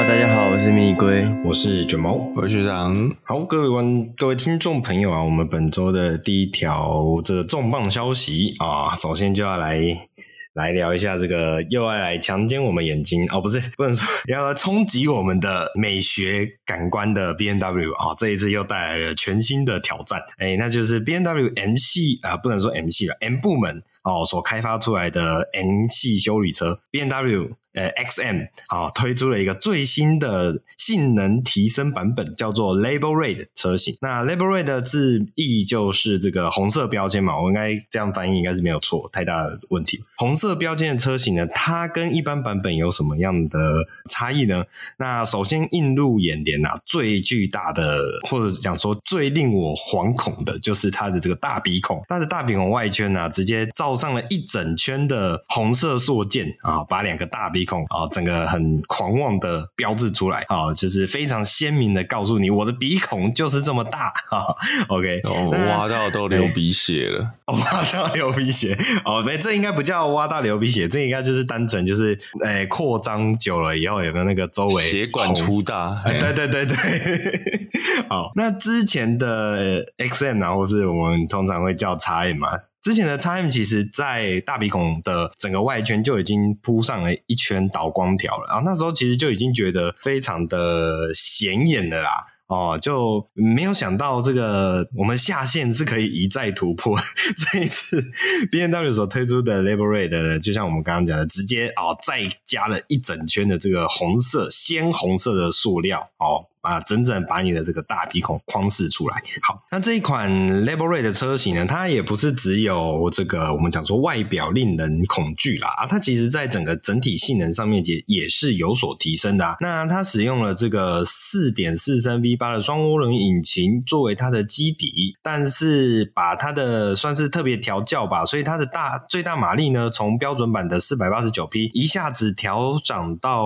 大家好，我是迷你龟， 我是卷毛， 我是学长。 好，各位听众朋友啊，我们本周的第一条这个重磅消息啊，首先就要来聊一下这个又要来强奸我们眼睛哦，不能说要来冲击我们的美学感官的 BMW 啊，这一次又带来了全新的挑战，那就是 BMW M 系不能说 M 系了 M 部门所开发出来的 M 系休旅车 BMW XM 推出了一个最新的性能提升版本，叫做 Label Red 车型。那 Label Red 的字义就是这个红色标签嘛，我应该这样翻译应该是没有错，太大的问题。红色标签的车型呢，它跟一般版本有什么样的差异呢？那首先映入眼帘最巨大的或者讲说最令我惶恐的就是它的这个大鼻孔，它的大鼻孔外圈直接罩上了一整圈的红色塑件把两个大鼻孔整个很狂妄的标志出来就是非常鲜明的告诉你我的鼻孔就是这么大OK 挖到都流鼻血了挖到流鼻血这应该不叫挖到流鼻血，这应该就是单纯就是扩张久了以后有没有那个周围血管粗大对好，那之前的 XM 或是我们通常会叫 XM 嘛，之前的 XM 其实在大鼻孔的整个外圈就已经铺上了一圈导光条了，然后那时候其实就已经觉得非常的显眼的啦就没有想到这个我们下限是可以一再突破这一次 BMW 所推出的 Label Red 就像我们刚刚讲的直接再加了一整圈的这个鲜红色的塑料整整把你的这个大鼻孔框饰出来。好，那这一款 Label Red 的车型呢，它也不是只有这个我们讲说外表令人恐惧啦它其实在整体性能上面也是有所提升的那它使用了这个 4.4 升 V8 的双涡轮引擎作为它的基底，但是把它的算是特别调教吧，所以它的最大马力呢从标准版的489匹一下子调涨到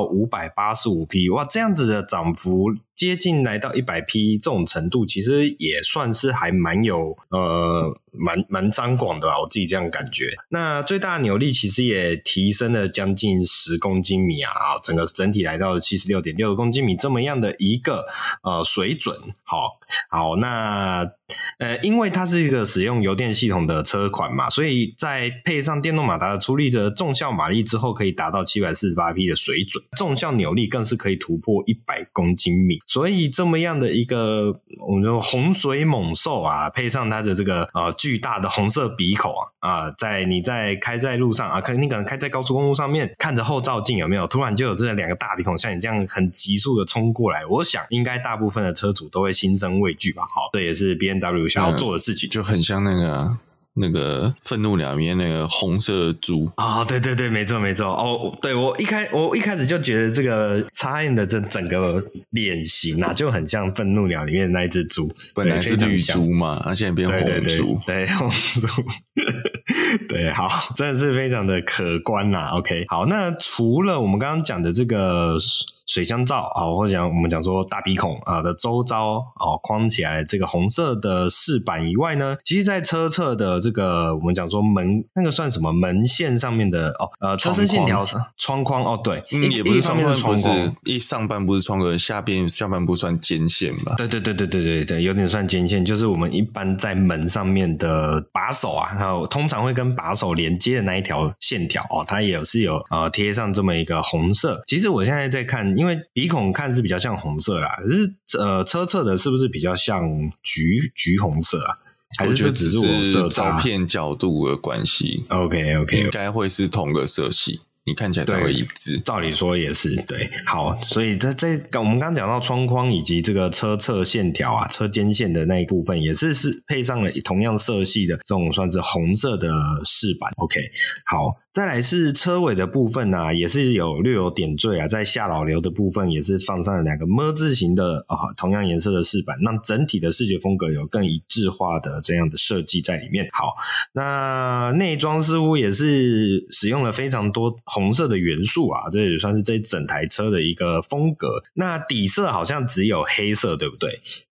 585匹，哇，这样子的涨幅接近来到100匹这种程度，其实也算是还蛮有蛮张广的吧，我自己这样感觉。那最大的扭力其实也提升了将近10公斤米整体来到 76.6 公斤米这么样的一个水准。好，那因为它是一个使用油电系统的车款嘛，所以在配上电动马达的出力的重效马力之后，可以达到748匹的水准，重效扭力更是可以突破100公斤米。所以这么样的一个我们说洪水猛兽配上它的这个巨大的红色鼻孔你在开在路上你可能开在高速公路上面，看着后照镜有没有突然就有这两个大鼻孔像你这样很急速的冲过来，我想应该大部分的车主都会心生畏惧吧。好，这也是 BMW 想要做的事情， 就很像那个愤怒鸟里面那个红色猪对，没错对，我一开始就觉得这个 XM 的整个脸型就很像愤怒鸟里面的那一只猪， 本来是绿猪嘛它现在变红猪， 对红猪对，好，真的是非常的可观啦 OK， 好，那除了我们刚刚讲的这个水箱罩或者我们讲说大鼻孔的周遭框起来这个红色的饰板以外呢，其实在车侧的这个我们讲说门那个算什么门线上面的车身线条窗框对也不是窗框，不是一上半部是窗框，下半部算肩线吧， 对，有点算肩线，就是我们一般在门上面的把手还有通常会跟把手连接的那一条线条它也是有贴上这么一个红色。其实我现在在看，因为鼻孔看是比较像红色啦，可是车侧的是不是比较像橘红色还是这只是我色差？ 照片角度的关系 OK 应该会是同个色系，你看起来才会一致， 照理说也是对。好，所以我们刚刚讲到窗框以及这个车侧线条车肩线的那一部分也是配上了同样色系的这种算是红色的饰板 OK。 好，再来是车尾的部分也是略有点缀在下老流的部分也是放上了两个么字形的同样颜色的饰板，让整体的视觉风格有更一致化的这样的设计在里面。好，那内装似乎也是使用了非常多红色的元素这也算是这整台车的一个风格。那底色好像只有黑色对不对？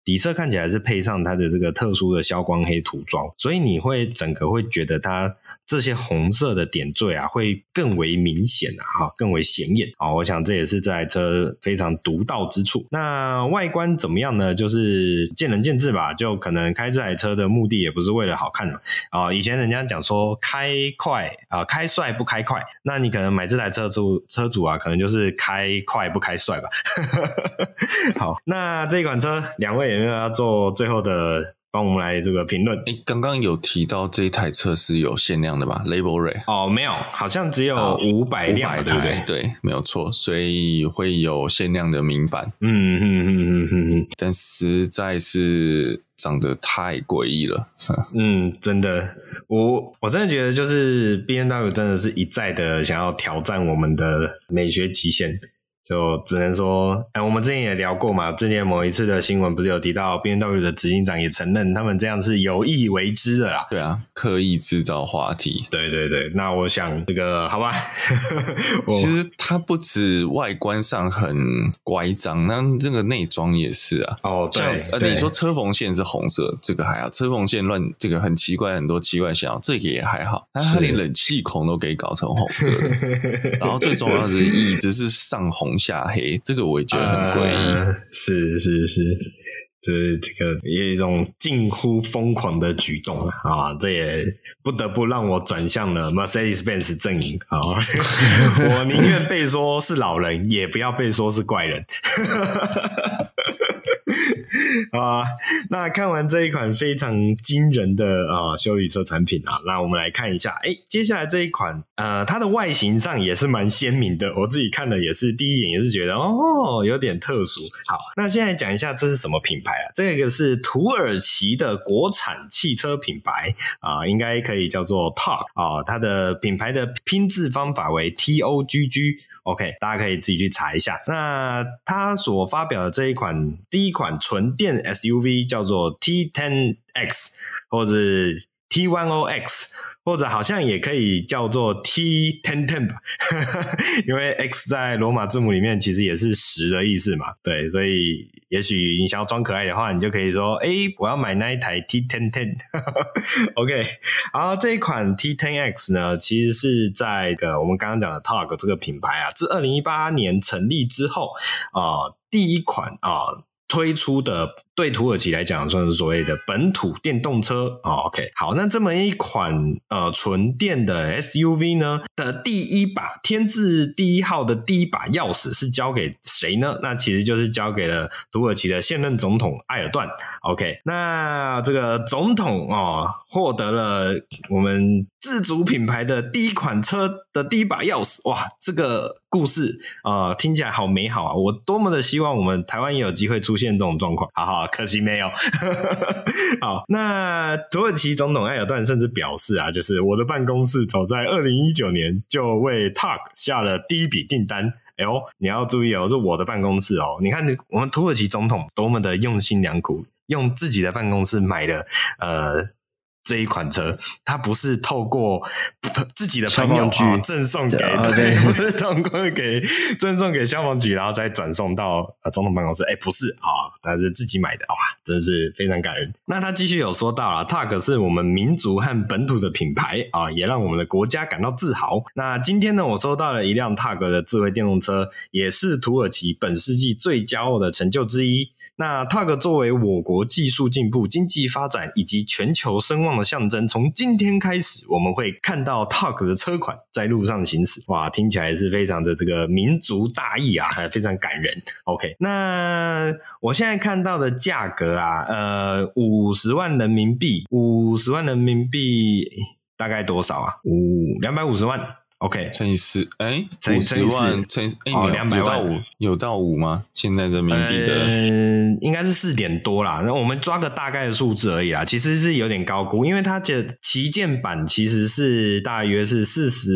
底色看起来是配上它的这个特殊的消光黑涂装，所以你会整个会觉得它这些红色的点缀啊会更为明显啊，更为显眼啊。我想这也是这台车非常独到之处。那外观怎么样呢？就是见仁见智吧，就可能开这台车的目的也不是为了好看啊。以前人家讲说开快开帅不开快，那你可能买这台车主啊，可能就是开快不开帅吧。好，那这款车两位有没有要做最后的帮我们来这个评论？ 刚刚有提到这台车是有限量的吧 Label Ray 没有，好像只有500辆，对不对？ 对，没有错，所以会有限量的名版。但实在是长得太诡异了。 真的，我真的觉得就是 BMW 真的是一再的想要挑战我们的美学极限。就只能说我们之前也聊过嘛，之前某一次的新闻不是有提到 BMW 的执行长也承认他们这样是有意为之的啦。 对啊，刻意制造话题。 对，那我想这个好吧。 其实它不止外观上很乖张，那这个内装也是啊。 对， 你说车缝线是红色，这个还好，车缝线这个很奇怪，很多奇怪线条，这个也还好。但它连冷气孔都给搞成红色的，然后最重要的是椅子是上红下黑，这个我也觉得很诡异。 是，这个也有一种近乎疯狂的举动啊！这也不得不让我转向了 Mercedes-Benz 阵营啊！我宁愿被说是老人，也不要被说是怪人。那看完这一款非常惊人的休旅车产品啊，那我们来看一下，接下来这一款它的外形上也是蛮鲜明的，我自己看了也是第一眼也是觉得有点特殊。好，那现在讲一下这是什么品牌啊？这个是土耳其的国产汽车品牌应该可以叫做 TOGG 它的品牌的拼字方法为 TOGG。OK， 大家可以自己去查一下。那他所发表的这一款第一款纯电 SUV 叫做 T10X 或者 T10X， 或者好像也可以叫做 T1010 吧。因为 X 在罗马字母里面其实也是10的意思嘛。对，所以也许你想要装可爱的话，你就可以说我要买那一台 T1010。OK， 好，这一款 T10X 呢，其实是在我们刚刚讲的 TOGG 这个品牌自2018年成立之后第一款推出的，对土耳其来讲算是所谓的本土电动车OK， 好，那这么一款纯电的 SUV 呢的第一把天字第一号的第一把钥匙是交给谁呢？那其实就是交给了土耳其的现任总统埃尔段。OK， 那这个总统获得了我们自主品牌的第一款车的第一把钥匙。哇，这个故事听起来好美好啊！我多么的希望我们台湾也有机会出现这种状况。好，可惜没有。好，那土耳其总统埃尔段甚至表示就是我的办公室早在2019年就为 TOGG 下了第一笔订单。你要注意是我的办公室你看我们土耳其总统多么的用心良苦，用自己的办公室买的这一款车，它不是透过自己的朋友赠送给不是通过赠送给消防局，然后再转送到总统办公室，不是它是自己买的。哇，真的是非常感人。那他继续有说到了 TOGG 是我们民族和本土的品牌也让我们的国家感到自豪。那今天呢，我收到了一辆 TOGG 的智慧电动车，也是土耳其本世纪最骄傲的成就之一。那 TOGG 作为我国技术进步、经济发展以及全球声望的象征，从今天开始我们会看到 TOGG 的车款在路上行驶。哇，听起来是非常的这个民族大义还非常感人。 OK， 那我现在看到的价格50万人民币，50万人民币大概多少250万。OK， 乘以4，50万乘以200万，有到5吗？现在人民币的应该是4点多啦。那我们抓个大概的数字而已啦，其实是有点高估，因为它的旗舰版其实是大约是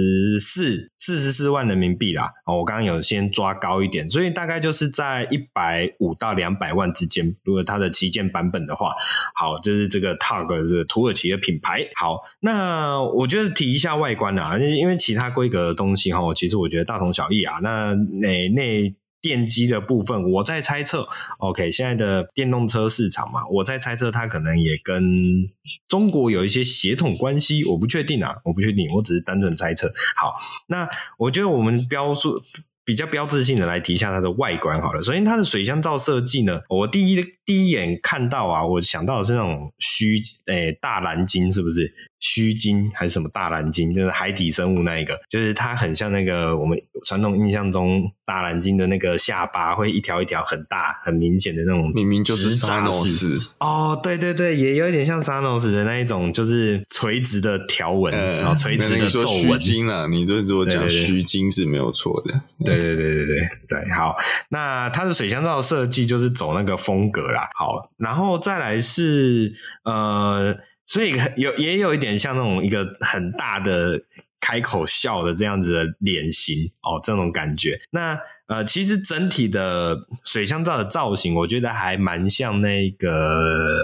44万人民币啦。我刚刚有先抓高一点，所以大概就是在150到200万之间，如果它的旗舰版本的话。好，就是这个 TOGG 这个土耳其的品牌。好，那我觉得提一下外观因为其他规格的东西其实我觉得大同小异那电机的部分，我在猜测 OK 现在的电动车市场嘛，我在猜测它可能也跟中国有一些协同关系，我不确定，我只是单纯猜测。好，那我觉得我们比较标志性的来提一下它的外观好了。首先它的水箱罩设计呢，我第一眼看到啊，我想到的是那种大蓝鲸，是不是须鲸还是什么大蓝鲸，就是海底生物那一个，就是它很像那个我们传统印象中大蓝鲸的那个下巴会一条一条很大很明显的那种， 明明就是沙诺斯哦，对对对，也有点像沙诺斯的那一种，就是垂直的条纹，然后垂直的皱纹。 须鲸啊，你如果讲须鲸是没有错的。 对，好，那它的水箱罩设计就是走那个风格啦。好，然后再来是所以也有一点像那种一个很大的开口笑的这样子的脸型哦，这种感觉。那其实整体的水箱罩的造型，我觉得还蛮像那个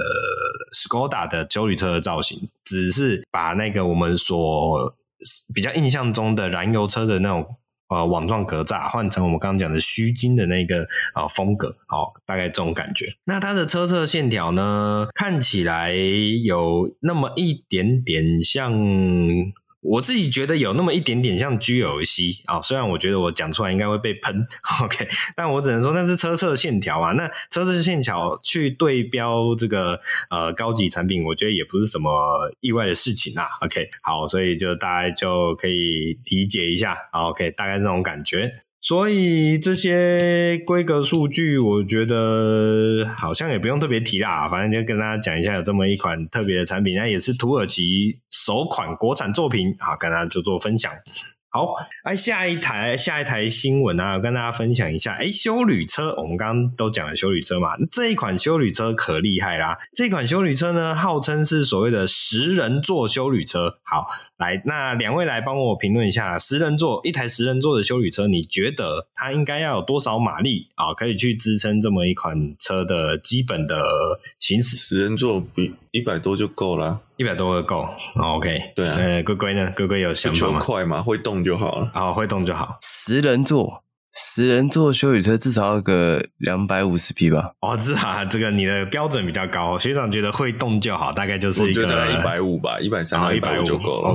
Skoda 的休旅车的造型，只是把那个我们所比较印象中的燃油车的那种网状格栅换成我们刚刚讲的须鲸的那个风格，大概这种感觉。那它的车侧线条呢，看起来有那么一点点像，我自己觉得有那么一点点像 GLC 虽然我觉得我讲出来应该会被喷 OK， 但我只能说那是车侧线条嘛，那车侧线条去对标这个高级产品，我觉得也不是什么意外的事情啦 OK， 好，所以就大概就可以理解一下 OK， 大概这种感觉。所以这些规格数据我觉得好像也不用特别提啦，反正就跟大家讲一下有这么一款特别的产品，那也是土耳其首款国产作品，好，跟大家就做分享。好，下一台新闻啊，我跟大家分享一下。休旅车，我们刚刚都讲了休旅车嘛，这一款休旅车可厉害啦。这款休旅车呢，号称是所谓的10人座休旅车。好，来，那两位来帮我评论一下，一台10人座的休旅车，你觉得它应该要有多少马力可以去支撑这么一款车的基本的行驶 ？10人座比100多就够了 ，100多个够。OK， 对啊。龟龟呢？龟龟有想法吗？ 求快嘛，会动就好了。 会动就好。 10人座休旅车至少要个250匹吧？ 是啊，这个你的标准比较高。学长觉得会动就好，大概就是一个， 我觉得150吧，130、150就够了。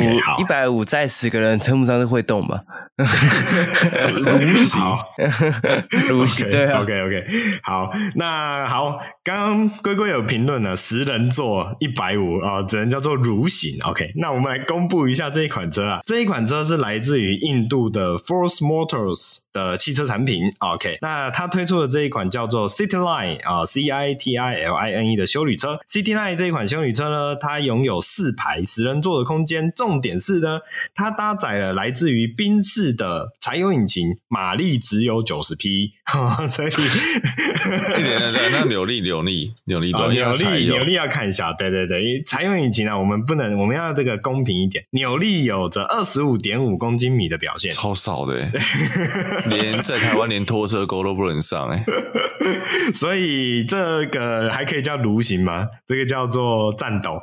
150再10个人称不上是会动吧？ 如行对啊。 OK， 好，那好，刚刚龟龟有评论了10人座150只能叫做如行。OK， 那我们来公布一下这一款车啊，这一款车是来自于印度的 Force Motors 的汽车产品。OK， 那它推出的这一款叫做 Cityline CITILINE 的休旅车。Cityline 这一款休旅车呢，它拥有4排10人座的空间，重点是呢，它搭载了来自于宾士的柴油引擎，马力只有90匹，所以那扭力多扭力要看一下，对，柴油引擎啊，我们要这个公平一点，扭力有着 25.5 公斤米的表现， 超少的在台湾连拖车钩都不能上所以这个还可以叫蠕行吗？这个叫做战斗。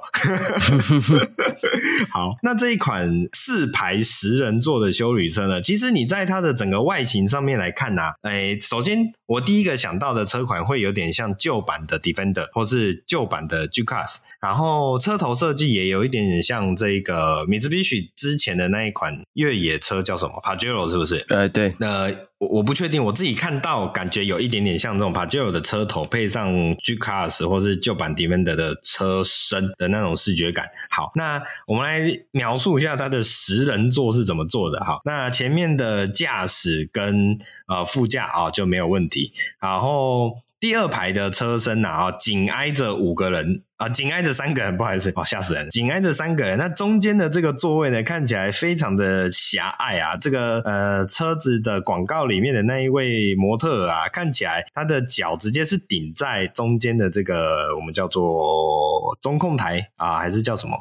好，那这一款4排10人座的休旅车呢，其实你在它的整个外形上面来看啊，首先我第一个想到的车款会有点像旧版的 Defender 或是旧版的 G-Class， 然后车头设计也有一点点像这个 Mitsubishi 之前的那一款越野车叫什么 Pajero 是不是？ 对。 我不确定，我自己看到感觉有一点点像这种 Pajero 的车头配上 G-Class 或是旧版 Defender 的车身的那种视觉感。好，那我们来描述一下它的10人座是怎么做的。好，那前面的驾驶跟副驾就没有问题，然后第2排的车身紧挨着5个人紧挨着3个人，不好意思吓死人，紧挨着3个人。那中间的这个座位呢，看起来非常的狭隘啊。这个车子的广告里面的那一位模特啊，看起来他的脚直接是顶在中间的这个我们叫做中控台还是叫什么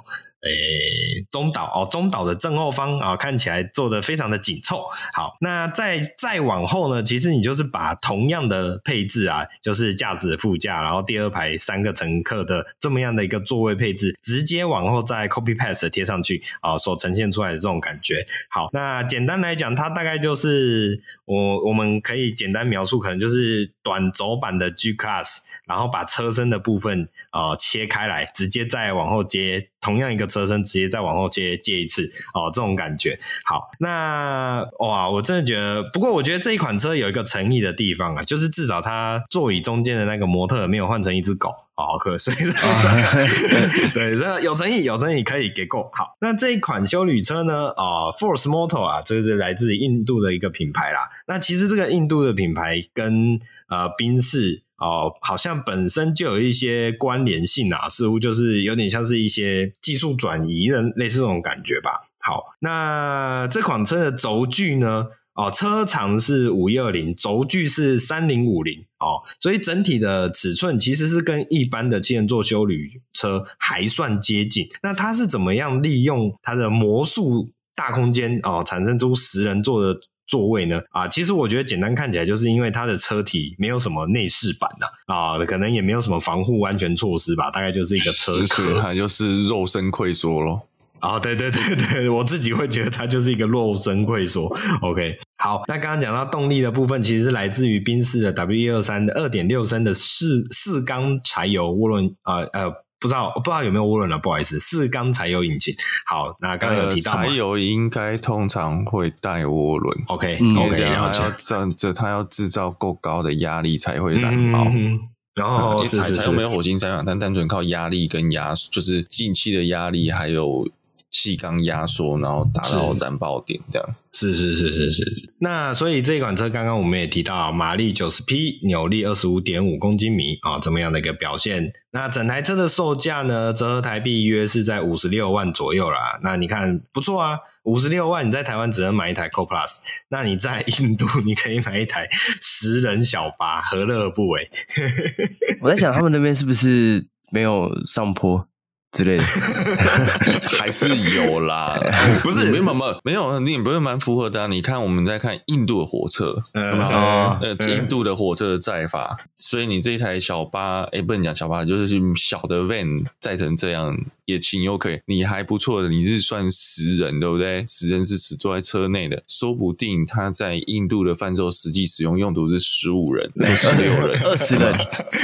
中岛的正后方啊，看起来做得非常的紧凑。好，那再往后呢，其实你就是把同样的配置啊，就是驾驶副驾，然后第二排3个乘客的这么样的一个座位配置，直接往后再 copy paste 贴上去啊，所呈现出来的这种感觉。好，那简单来讲，它大概就是我们可以简单描述，可能就是短轴版的 G Class， 然后把车身的部分切开来，直接再往后接同样一个车身，直接再往后接一次这种感觉。好，那哇，我真的觉得，不过我觉得这一款车有一个诚意的地方啊，就是至少它座椅中间的那个模特没有换成一只狗。所以对，这有诚意可以给够。好，那这一款休旅车呢Force Motor 啊，这是来自印度的一个品牌啦。那其实这个印度的品牌跟宾士好像本身就有一些关联性啊，似乎就是有点像是一些技术转移的类似这种感觉吧。好，那这款车的轴距呢车长是5120，轴距是3050所以整体的尺寸其实是跟一般的7人座休旅车还算接近。那它是怎么样利用它的魔术大空间产生出10人座的座位呢？其实我觉得简单看起来就是因为它的车体没有什么内饰板可能也没有什么防护安全措施吧，大概就是一个车壳， 它就是肉身溃缩咯。 对，我自己会觉得它就是一个肉身溃缩。OK， 好，那刚刚讲到动力的部分，其实是来自于宾士的 W123 的 2.6 升的四缸柴油涡轮不知道有没有涡轮了，不好意思，4缸柴油引擎。好，那刚刚有提到柴油应该通常会带涡轮。 OK， 这样它要制造够高的压力才会燃爆。 然后柴油没有火星三氧，但单纯靠压力跟就是进气的压力，还有气缸压缩，然后达到燃爆点这样。 是。那所以这款车刚刚我们也提到，马力90匹，扭力 25.5 公斤米这么样的一个表现。那整台车的售价呢，折合台币约是在56万左右啦。那你看不错啊，56万你在台湾只能买一台 Co-Plus， 那你在印度你可以买一台10人小巴，何乐而不为？ 我在想他们那边是不是没有上坡之类的？ 还是有啦。不是没有，你不是蛮符合的你看我们在看印度的火车，印度的火车的载法，所以你这一台小巴不能讲小巴，就是小的 van 载成这样也情有可原，你还不错的，你是算10人对不对？10人是只坐在车内的，说不定他在印度的贩售实际使用用途是15人16人 20人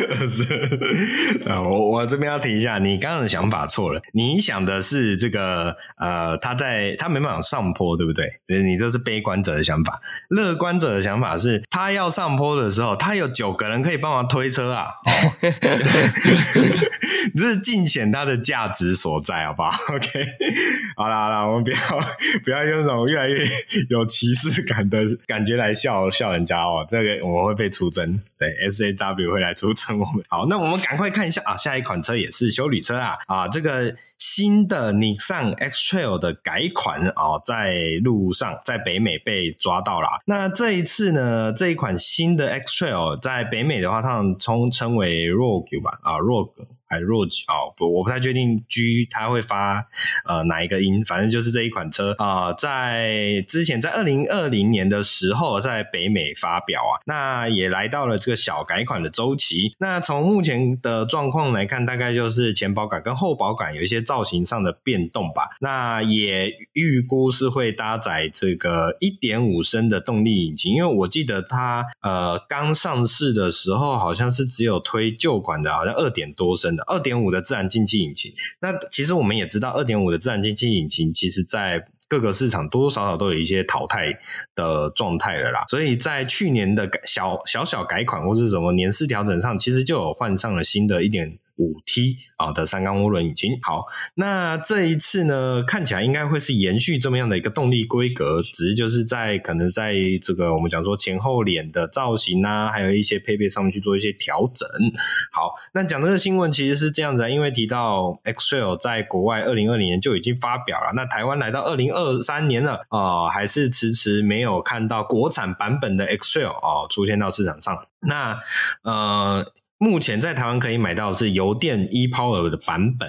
我这边要提一下，你刚刚的想法错了，你想的是这个他没办法上坡对不对？你这是悲观者的想法，乐观者的想法是他要上坡的时候他有9个人可以帮忙推车这是尽显他的价值所在，好不好 ？OK， 好啦，我们不要用那种越来越有歧视感的感觉来笑人家这个我们会被出征，对 SAW 会来出征我们。好，那我们赶快看一下下一款车也是休旅车这个新的 Nissan X-Trail 的改款在路上在北美被抓到了。那这一次呢，这一款新的 X-Trail 在北美的话，他们称为 Rogue 吧Rogue 还是 Rogue 我不太确定 G 它会发哪一个音，反正就是这一款车在之前在2020年的时候在北美发表那也来到了这个小改款的周期。那从目前的状况来看，大概就是前保杆跟后保杆有一些造型上的变动吧。那也预估是会搭载这个 1.5 升的动力引擎，因为我记得它刚上市的时候好像是只有推旧款的，好像2点多升的 2.5 的自然进气引擎。那其实我们也知道 2.5 的自然进气引擎其实在各个市场多多少少都有一些淘汰的状态了啦，所以在去年的小改款或是什么年式调整上，其实就有换上了新的 1.5T 的3缸涡轮引擎。好，那这一次呢，看起来应该会是延续这么样的一个动力规格，只是就是可能在这个我们讲说前后脸的造型还有一些配备上面去做一些调整。好，那讲这个新闻其实是这样子因为提到 X-Trail 在国外2020年就已经发表了，那台湾来到2023年了还是迟迟没有看到国产版本的 X-Trail 出现到市场上。那目前在台湾可以买到的是油电 e-Power 的版本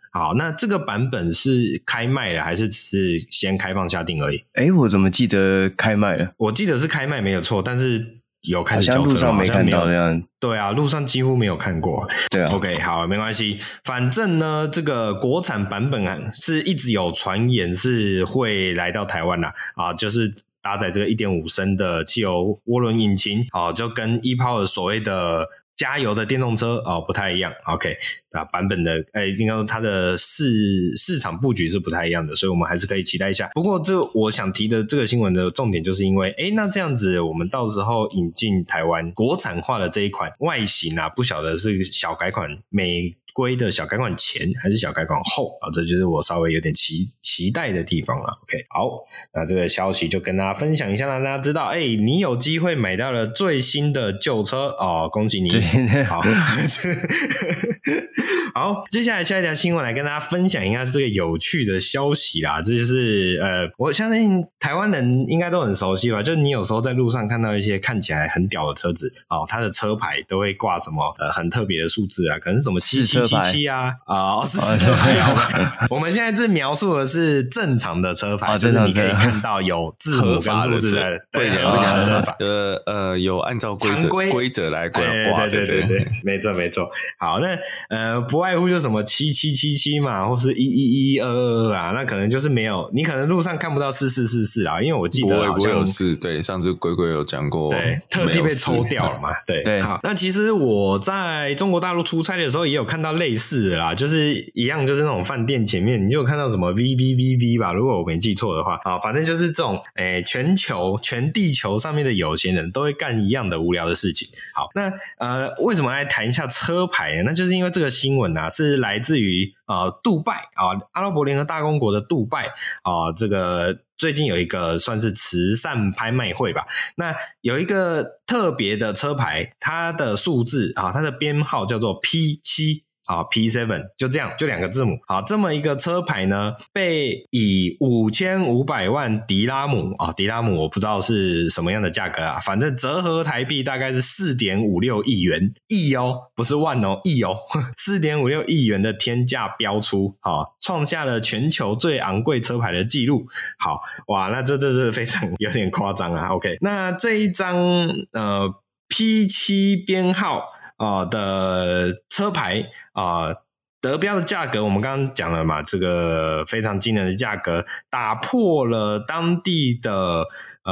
好，那这个版本是开卖了还是只是先开放下定而已？ 我怎么记得开卖了？ 我记得是开卖没有错，但是有开始交车， 好像路上没看到这样。 对啊，路上几乎没有看过。 对啊 ，OK， 好，没关系。反正呢，这个国产版本是一直有传言是会来到台湾啦，就是搭载这个 1.5 升的汽油涡轮引擎，就跟 ePower 所谓的加油的电动车不太一样。OK， 版本的应该说它的市场布局是不太一样的，所以我们还是可以期待一下。不过我想提的这个新闻的重点就是因为那这样子我们到时候引进台湾国产化的这一款外形不晓得是小改款美规的小改款前还是小改款后这就是我稍微有点期待的地方了。OK， 好，那这个消息就跟大家分享一下，让大家知道你有机会买到了最新的旧车恭喜你。好好，接下来下一条新闻来跟大家分享一下这个有趣的消息啦。这就是我相信台湾人应该都很熟悉吧，就是你有时候在路上看到一些看起来很屌的车子它的车牌都会挂什么很特别的数字可能什么7777是车牌我们现在这描述的是正常的车牌，就是你可以看到有字母跟数字的对的车牌有按照规则来挂对，没错。好，那不外乎就什么7777嘛，或是11122那可能就是没有，你可能路上看不到4444啦，因为我记得好像有4，对，上次龟龟有讲过， 对，特地被抽掉了嘛，对。好，那其实我在中国大陆出差的时候也有看到类似的啦，就是一样，就是那种饭店前面你就有看到什么 VVVV 吧，如果我没记错的话反正就是这种全地球上面的有钱人都会干一样的无聊的事情。好，那为什么来谈一下车牌呢？那就是因为这个新闻是来自于杜拜阿拉伯联合大公国的杜拜这个最近有一个算是慈善拍卖会吧，那有一个特别的车牌，它的数字它的编号叫做 P7P7， 就这样，就2个字母。好，这么一个车牌呢，被以5500万迪拉姆迪拉姆我不知道是什么样的价格反正折合台币大概是 4.56 亿元，亿不是万亿4.56 亿元的天价标出创下了全球最昂贵车牌的记录。好，哇，那这是非常有点夸张OK， 那这一张P7 编号的车牌得标的价格我们刚刚讲了嘛，这个非常惊人的价格打破了当地的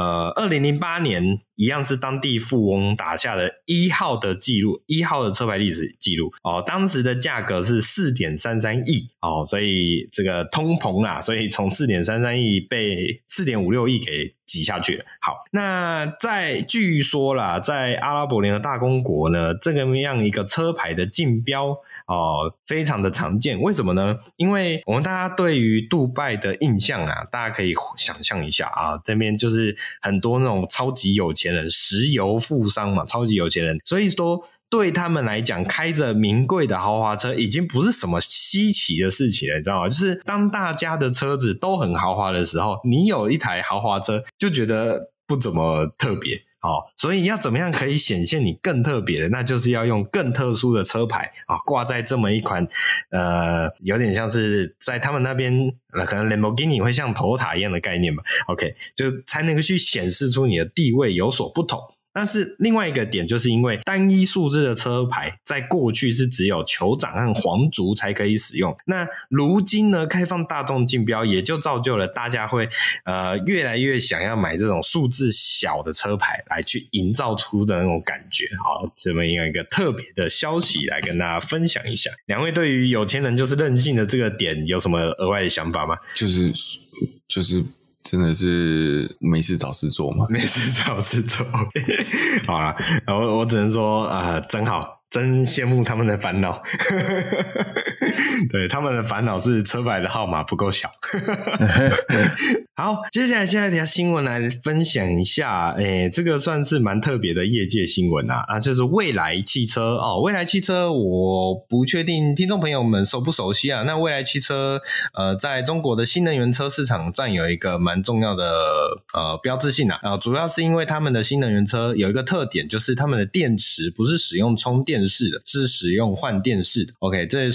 2008年一样是当地富翁打下的1号的记录，1号的车牌历史记录当时的价格是 4.33 亿所以这个通膨啦，所以从 4.33 亿被 4.56 亿给挤下去了。好，那据说啦，在阿拉伯联合大公国呢，这个样一个车牌的竞标非常的常见。为什么呢？因为我们大家对于杜拜的印象大家可以想象一下这边就是很多那种超级有钱人，石油富商嘛，超级有钱人，所以说对他们来讲，开着名贵的豪华车已经不是什么稀奇的事情了，你知道吗？就是当大家的车子都很豪华的时候，你有一台豪华车就觉得不怎么特别所以要怎么样可以显现你更特别的，那就是要用更特殊的车牌挂在这么一款有点像是在他们那边可能 Lamborghini 会像Toyota一样的概念吧 OK， 就才能够去显示出你的地位有所不同。但是另外一个点就是因为单一数字的车牌在过去是只有酋长和皇族才可以使用，那如今呢开放大众竞标，也就造就了大家会越来越想要买这种数字小的车牌来去营造出的那种感觉。好，这么一个特别的消息来跟大家分享一下。两位对于有钱人就是任性的这个点有什么额外的想法吗？ 就是真的是没事找事做嘛， 没事找事做好啦，我只能说真好，真羡慕他们的烦恼对，他们的烦恼是车牌的号码不够小好，接下来下一条新闻来分享一下这个算是蛮特别的业界新闻就是蔚来汽车蔚来汽车我不确定听众朋友们熟不熟悉那蔚来汽车在中国的新能源车市场占有一个蛮重要的标志性主要是因为他们的新能源车有一个特点，就是他们的电池不是使用充电式的，是使用换电式的 OK， 这也算是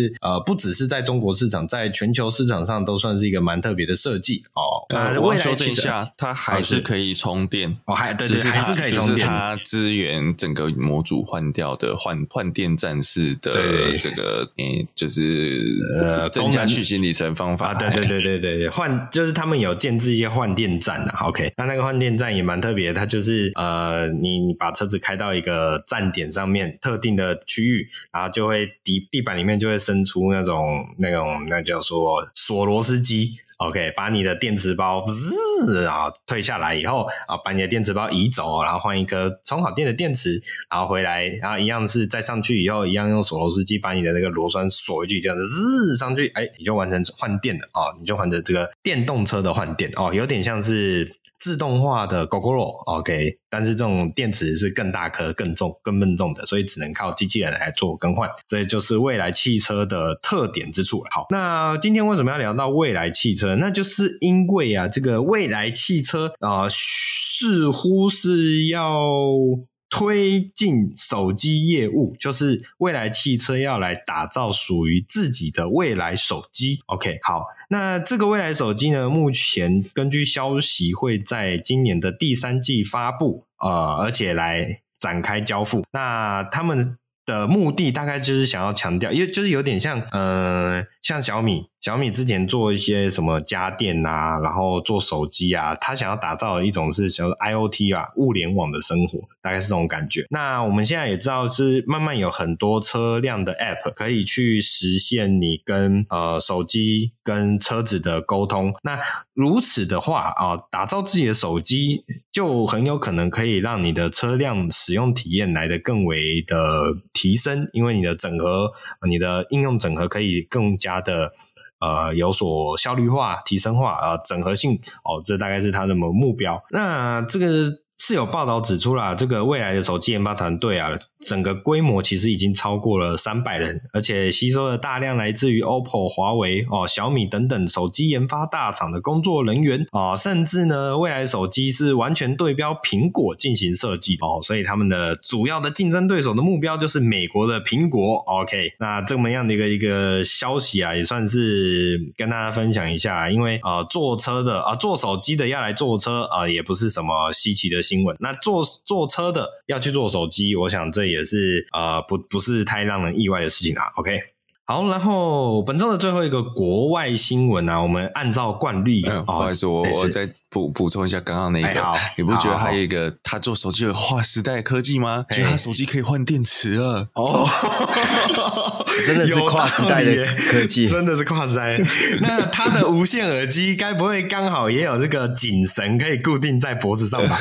是不只是在中国市场，在全球市场上都算是一个蛮特别的设计哦。 我修正一下，它还是可以充电哦，对， 只是还是可以充电， 只是它支援整个模组换掉的换电站式的这个就是增加续航里程方法啊，对，换就是他们有建置一些换电站啊 ，OK， 那个换电站也蛮特别的，它就是你把车子开到一个站点上面特定的区域，然后就会地板里面就会伸出那叫做锁螺丝机。OK， 把你的电池包退下来以后把你的电池包移走，然后换一颗充好电的电池，然后回来，然后一样是再上去以后，一样用锁螺丝机把你的那个螺栓锁回去，这样子上去，你就完成换电了你就换成这个电动车的换电有点像是自动化的 Gogoro OK， 但是这种电池是更大颗、更重、更笨重的，所以只能靠机器人来做更换，所以就是未来汽车的特点之处了。好，那今天为什么要聊到未来汽车？那就是因为这个未来汽车似乎是要推进手机业务，就是未来汽车要来打造属于自己的未来手机。OK， 好，那这个未来手机呢，目前根据消息会在今年的第3季发布，而且来展开交付。那他们的目的大概就是想要强调，因为就是有点像小米之前做一些什么家电啊，然后做手机啊，他想要打造的一种是叫做 IoT 物联网的生活，大概是这种感觉。那我们现在也知道是慢慢有很多车辆的 App 可以去实现你跟手机跟车子的沟通。那如此的话打造自己的手机就很有可能可以让你的车辆使用体验来得更为的提升，因为你的整合你的应用整合可以更加的有所效率化、提升化整合性这大概是它的目标。那这个是有报道指出啦，这个未来的手机研发团队整个规模其实已经超过了300人，而且吸收了大量来自于 OPPO、华为小米等等手机研发大厂的工作人员甚至呢，未来手机是完全对标苹果进行设计所以他们的主要的竞争对手的目标就是美国的苹果。 OK， 那这么样的一个消息也算是跟大家分享一下，因为做车的做手机的要来做车也不是什么稀奇的新闻，那做车的要去做手机，我想这也是不是太让人意外的事情OK， 好，然后本周的最后一个国外新闻我们按照惯例不好意思，我再补充一下刚刚那个你不觉得还有一个他做手机有划时代的科技吗？就是他手机可以换电池了真的是跨时代的科技， 真的是跨时代。那他的无线耳机该不会刚好也有这个颈绳可以固定在脖子上吧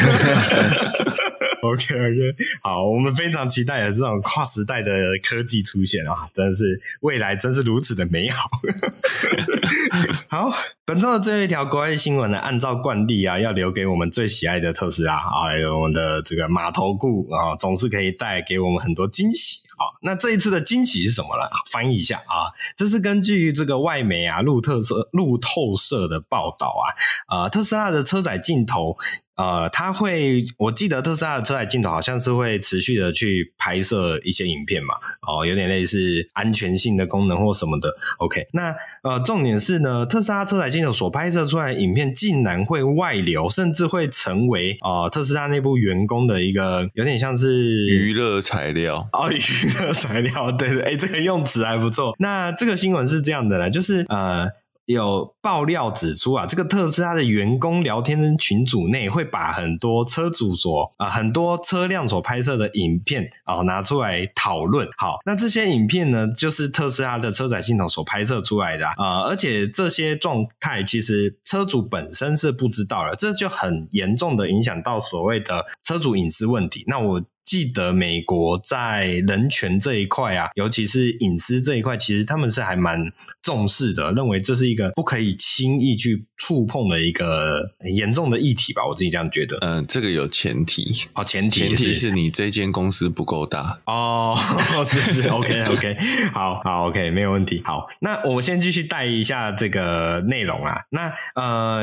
OK， 好，我们非常期待的这种跨时代的科技出现真的是未来真是如此的美好好，本周的最后一条国外新闻呢，按照惯例要留给我们最喜爱的特斯拉还有我们的这个码头顾总是可以带给我们很多惊喜那这一次的惊喜是什么呢？翻译一下这是根据这个外媒路透社的报道特斯拉的车载镜头我记得特斯拉的车载镜头好像是会持续的去拍摄一些影片嘛有点类似安全性的功能或什么的 OK， 那重点是呢，特斯拉车载镜头所拍摄出来的影片竟然会外流，甚至会成为特斯拉内部员工的一个有点像是娱乐材料娱乐材料，对这个用词还不错。那这个新闻是这样的啦，就是有爆料指出这个特斯拉的员工聊天群组内会把很多车主很多车辆所拍摄的影片拿出来讨论。好，那这些影片呢，就是特斯拉的车载镜头所拍摄出来的而且这些状态其实车主本身是不知道的，这就很严重的影响到所谓的车主隐私问题。那我记得美国在人权这一块尤其是隐私这一块，其实他们是还蛮重视的，认为这是一个不可以轻易去触碰的一个很严重的议题吧，我自己这样觉得。 这个有前提前提是你这间公司不够大是 OK 好 OK 没有问题。好，那我先继续带一下这个内容那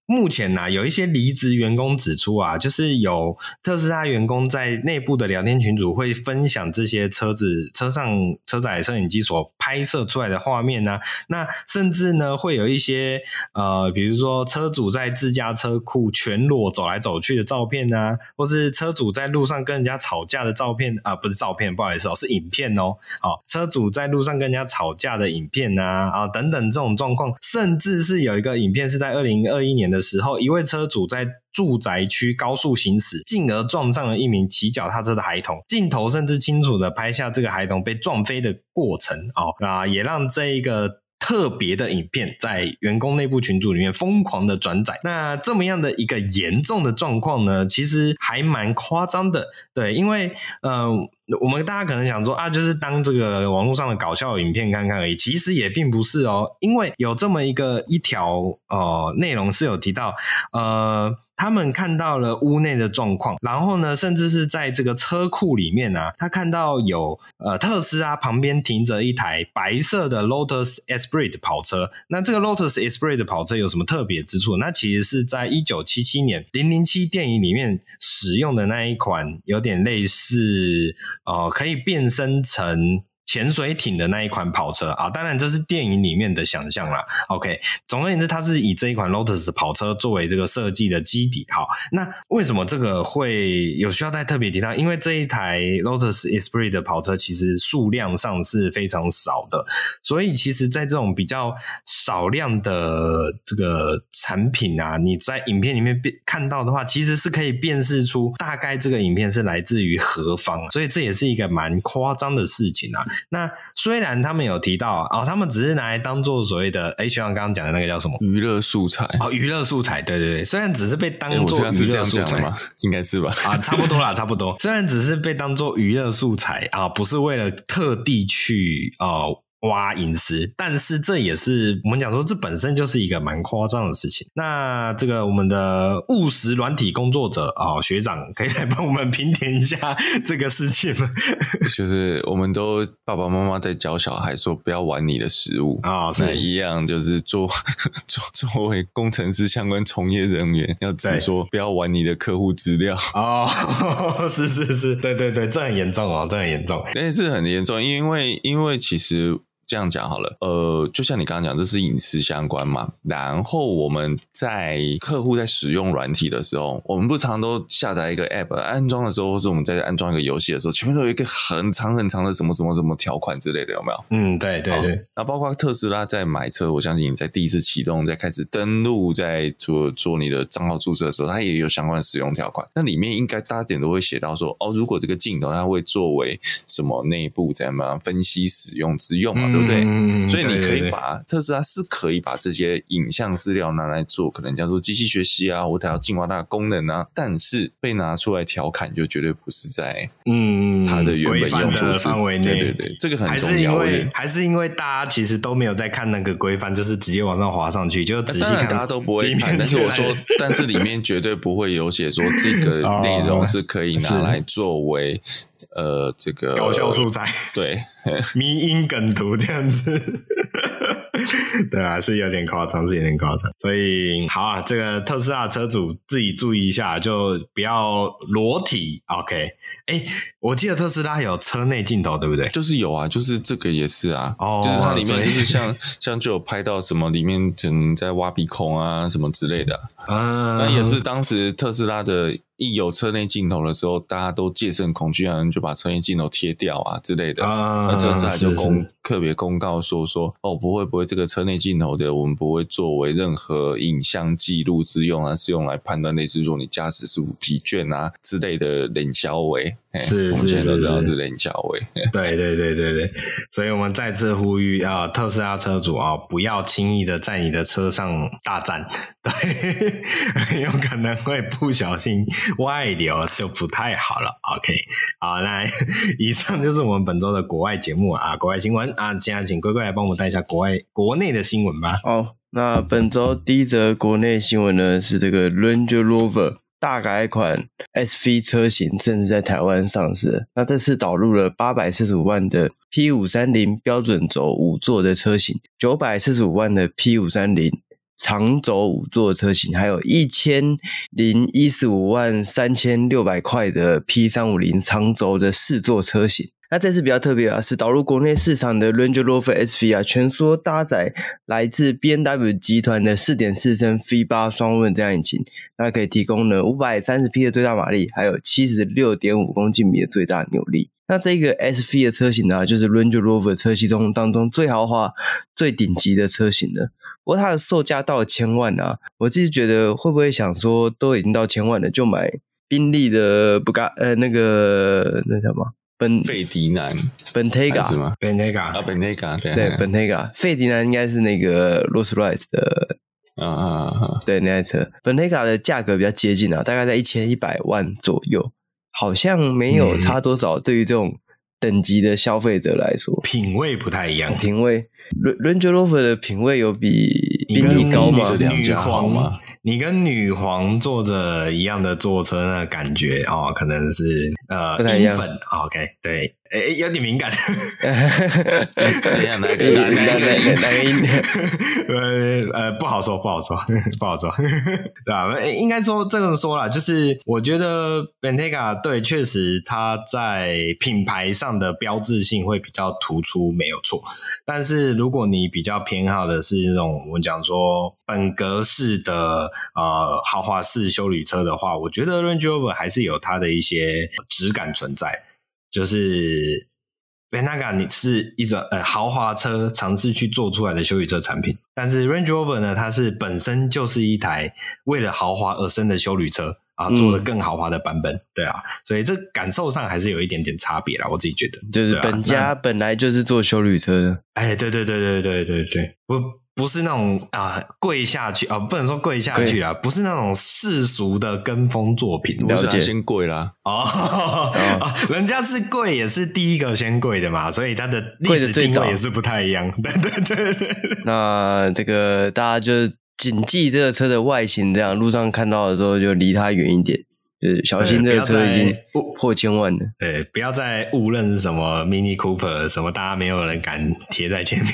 目前有一些离职员工指出就是有特斯拉员工在内部的聊天群组会分享这些车上车载摄影机所拍摄出来的画面那甚至呢会有一些比如说车主在自家车库全裸走来走去的照片或是车主在路上跟人家吵架的照片不是照片，不好意思是影片车主在路上跟人家吵架的影片等等这种状况，甚至是有一个影片是在2021年的时候，一位车主在住宅区高速行驶，进而撞上了一名骑脚踏车的孩童，镜头甚至清楚的拍下这个孩童被撞飞的过程也让这一个特别的影片在员工内部群组里面疯狂的转载。那这么样的一个严重的状况呢，其实还蛮夸张的，对，因为我们大家可能想说就是当这个网络上的搞笑影片看看而已，其实也并不是因为有这么一条内容是有提到他们看到了屋内的状况，然后呢甚至是在这个车库里面他看到有特斯拉旁边停着一台白色的 Lotus Esprit 的跑车。那这个 Lotus Esprit 的跑车有什么特别之处？那其实是在1977年007电影里面使用的那一款有点类似可以变身成潜水艇的那一款跑车当然这是电影里面的想象啦。 OK， 总而言之它是以这一款 Lotus 的跑车作为这个设计的基底。好，那为什么这个会有需要再特别提到？因为这一台 Lotus Esprit 的跑车其实数量上是非常少的，所以其实在这种比较少量的这个产品你在影片里面看到的话，其实是可以辨识出大概这个影片是来自于何方，所以这也是一个蛮夸张的事情那虽然他们有提到他们只是拿来当做所谓的学长刚刚讲的那个叫什么娱乐素材娱乐素材，对对对，虽然只是被当做娱乐素材吗？应该是吧差不多啦差不多，虽然只是被当做娱乐素材不是为了特地去挖隐私，但是这也是我们讲说这本身就是一个蛮夸张的事情。那这个我们的务实软体工作者学长可以来帮我们评点一下这个事情吗？ 就是我们都爸爸妈妈在教小孩说不要玩你的食物那一样就是作为工程师相关从业人员要只说不要玩你的客户资料是对对对，这很严重这很严重， 这很严重，因为其实这样讲好了，就像你刚刚讲，这是隐私相关嘛。然后我们在客户在使用软体的时候，我们不常都下载一个 app 安装的时候，或者我们在安装一个游戏的时候，前面都有一个很长很长的什么什么什么条款之类的，有没有？对对对。那包括特斯拉在买车，我相信你在第一次启动，在开始登录，在做你的账号注册的时候，它也有相关的使用条款。那里面应该大点都会写到说，如果这个镜头它会作为什么内部怎么样分析使用之用嘛。对不对？所以你可以把特斯拉是可以把这些影像资料拿来做，可能叫做机器学习或者要进化它的功能但是被拿出来调侃，就绝对不是在它的原本用途范围内。 对对对，这个很重要。 还是因为大家其实都没有在看那个规范，就是直接往上滑上去，就仔细看。 大家都不会看，但是我说，但是里面绝对不会有写说这个内容是可以拿来作为。这个搞笑素材， 对， 迷因梗图这样子，对是有点夸张，所以好这个特斯拉车主自己注意一下，就不要裸体。OK， 我记得特斯拉有车内镜头，对不对？ 就是有就是这个也是就是它里面就是像就有拍到什么里面可能在挖鼻孔什么之类的那也是当时特斯拉的。一有车内镜头的时候，大家都戒慎恐惧就把车内镜头贴掉之类的。那特斯拉就特别公告说不会这个车内镜头的，我们不会作为任何影像记录之用是用来判断类似说你驾驶是否疲倦之类的冷消维。我们现在都知道是冷消维。 对对对对对，所以我们再次呼吁特斯拉车主不要轻易的在你的车上大战，对，很有可能会不小心外流，就不太好了。OK， 好，那以上就是我们本周的国外节目国外新闻现在请龟龟来帮我们带一下国内的新闻吧。 那本周第一则国内新闻呢是这个 Range Rover 大改款 SV 车型正式在台湾上市。那这次导入了845万的 P530 标准轴5座的车型，945万的 P530 长轴5座车型，还有10153600块的 P350 长轴的4座车型。那这次比较特别是导入国内市场的 Range Rover SV 全缩搭载来自 BMW 集团的 4.4 升 V8 双涡轮增压引擎，那可以提供呢530匹的最大马力，还有 76.5 公斤米的最大扭力。那这个 SV 的车型呢，就是 Range Rover 车系当中最豪华、最顶级的车型了。不过它的售价到了1000万啊，我自己觉得会不会想说都已经到1000万了，就买宾利的那什么费迪南 Bentayga 是吗 ？Bentayga 对 Bentayga 费迪南应该是那个 Rolls-Royce 的对那台车。Bentayga 的价格比较接近啊，大概在1100万左右，好像没有差多少。对于这种等级的消费者来说， 品味不太一样。 品味 Range Rover 的品味有比宾利高吗？ 你跟女皇坐着一样的坐车那感觉可能是不太一样。 OK， 对，有点敏感。 怎样？哪个音？ 不好说，对吧？应该说这么说啦，就是我觉得 Bentayga 对，确实它在品牌上的标志性会比较突出，没有错。但是如果你比较偏好的是这种我们讲说本格式的豪华式休旅车的话，我觉得 Range Rover 还是有它的一些质感存在。就是 Bentayga 你是一种豪华车尝试去做出来的休旅车产品，但是 Range Rover 呢，它是本身就是一台为了豪华而生的休旅车做的更豪华的版本，对啊，所以这感受上还是有一点点差别啦，我自己觉得。 就是本家本来就是做休旅车的， 对，不是那种跪下去不能说跪下去啦，不是那种世俗的跟风作品。 不是先跪啦人家是跪也是第一个先跪的嘛，所以它的历史定位也是不太一样。对。 那这个大家就谨记这个车的外形，这样路上看到的时候就离它远一点。就是小心这个车已经破1000万了。 对，不要再误认是什么 Mini Cooper， 什么大家没有人敢贴在前面。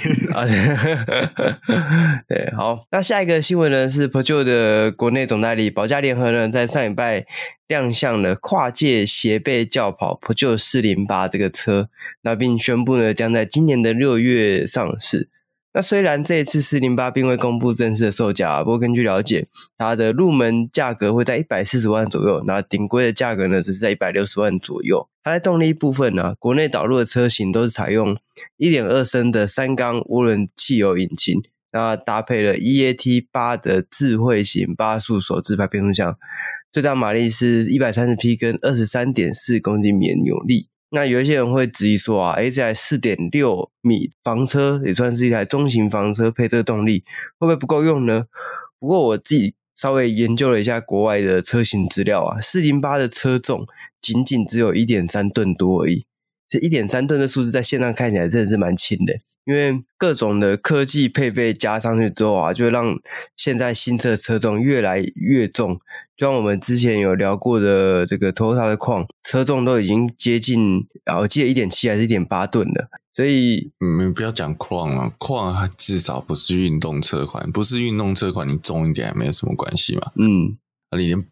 对，好，那下一个新闻呢是 Peugeot 的国内总代理保加联合呢，在上礼拜亮相了跨界斜背轿跑 Peugeot 408这个车，那并宣布呢将在今年的6月上市。那虽然这一次408并未公布正式的售价，不过根据了解，它的入门价格会在140万左右，那顶规的价格呢只是在160万左右。它在动力部分呢，国内导入的车型都是采用 1.2 升的3缸涡轮汽油引擎，那搭配了 EAT8 的智慧型8速手自排变速箱，最大马力是130匹跟 23.4 公斤米的扭力。那有一些人会质疑说这台 4.6 米房车也算是一台中型房车，配这个动力会不会不够用呢？不过我自己稍微研究了一下国外的车型资料408的车重仅仅只有 1.3 吨多而已。这 1.3 吨的数字在线上看起来真的是蛮轻的，因为各种的科技配备加上去之后就会让现在新车车重越来越重，就像我们之前有聊过的这个 Toyota 的Crown车重都已经接近我记得 1.7 还是 1.8 吨了。所以不要讲Crown了，Crown至少不是运动车款，不是运动车款你重一点也没有什么关系嘛。你连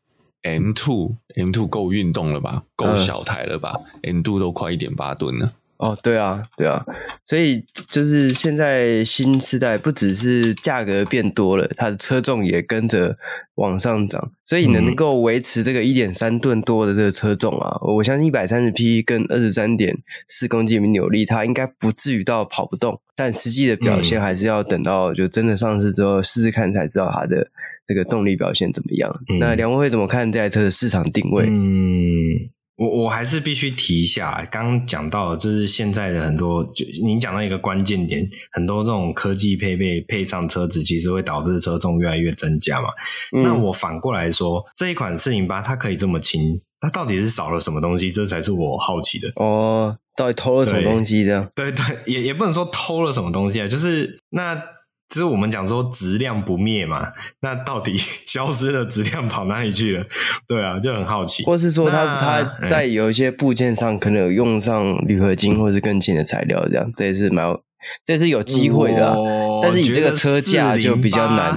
M2 够运动了吧，够小台了吧，M2 都快 1.8 吨了。 对啊，所以就是现在新世代不只是价格变多了，它的车重也跟着往上涨，所以能够维持这个 1.3 吨多的这个车重我相信130匹跟 23.4 公斤米扭力，它应该不至于到跑不动，但实际的表现还是要等到就真的上市之后试试看才知道它的这个动力表现怎么样。那两位会怎么看这台车的市场定位？ 我还是必须提一下，刚刚讲到的就是现在的很多，就您讲到一个关键点，很多这种科技配备配上车子，其实会导致车重越来越增加嘛。那我反过来说，这一款408它可以这么轻，它到底是少了什么东西？这才是我好奇的。 到底偷了什么东西这样？ 对，也不能说偷了什么东西就是那。只是我们讲说质量不灭嘛，那到底消失的质量跑哪里去了？对啊，就很好奇。 或是说它在有一些部件上可能有用上铝合金或是更轻的材料，这也是有机会的但是以这个车价就比较难。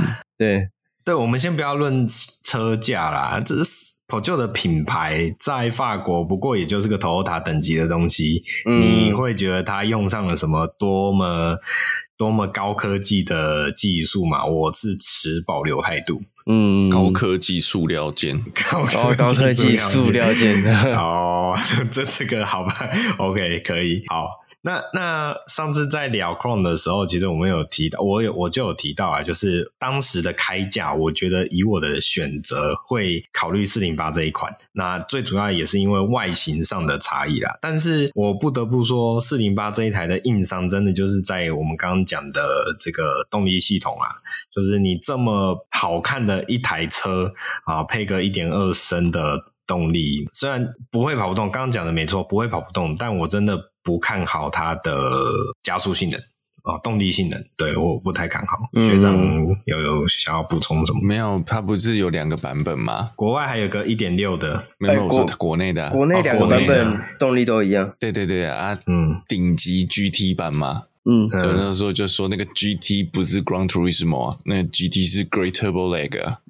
对，我们先不要论车价啦，这是 Peugeot 的品牌在法国不过也就是个 Toyota 等级的东西，你会觉得它用上了什么多么高科技的技术嘛？我是持保留态度。 高科技塑料件， 高科技塑料件哦，这个好吧 ，OK， 可以，好。那上次在聊 Crown 的时候，其实我们有提到，我就有提到啊，就是当时的开价，我觉得以我的选择会考虑408这一款。那最主要也是因为外形上的差异啦。但是我不得不说，408这一台的硬伤真的就是在我们刚刚讲的这个动力系统啊，就是你这么好看的一台车啊，配个 1.2 升的动力，虽然不会跑不动，刚刚讲的没错，不会跑不动，但我真的不看好它的加速性能啊，动力性能，对，我不太看好。学长有想要补充什么？ 没有，它不是有2个版本吗？ 国外还有个 1.6 的， 没有，我说国内的， 国内2个版本动力都一样。 对啊，顶级 GT 版嘛。所以那时候就说那个 GT 不是 Gran Turismo 啊，那个 GT 是 Great Turbo Lag 啊。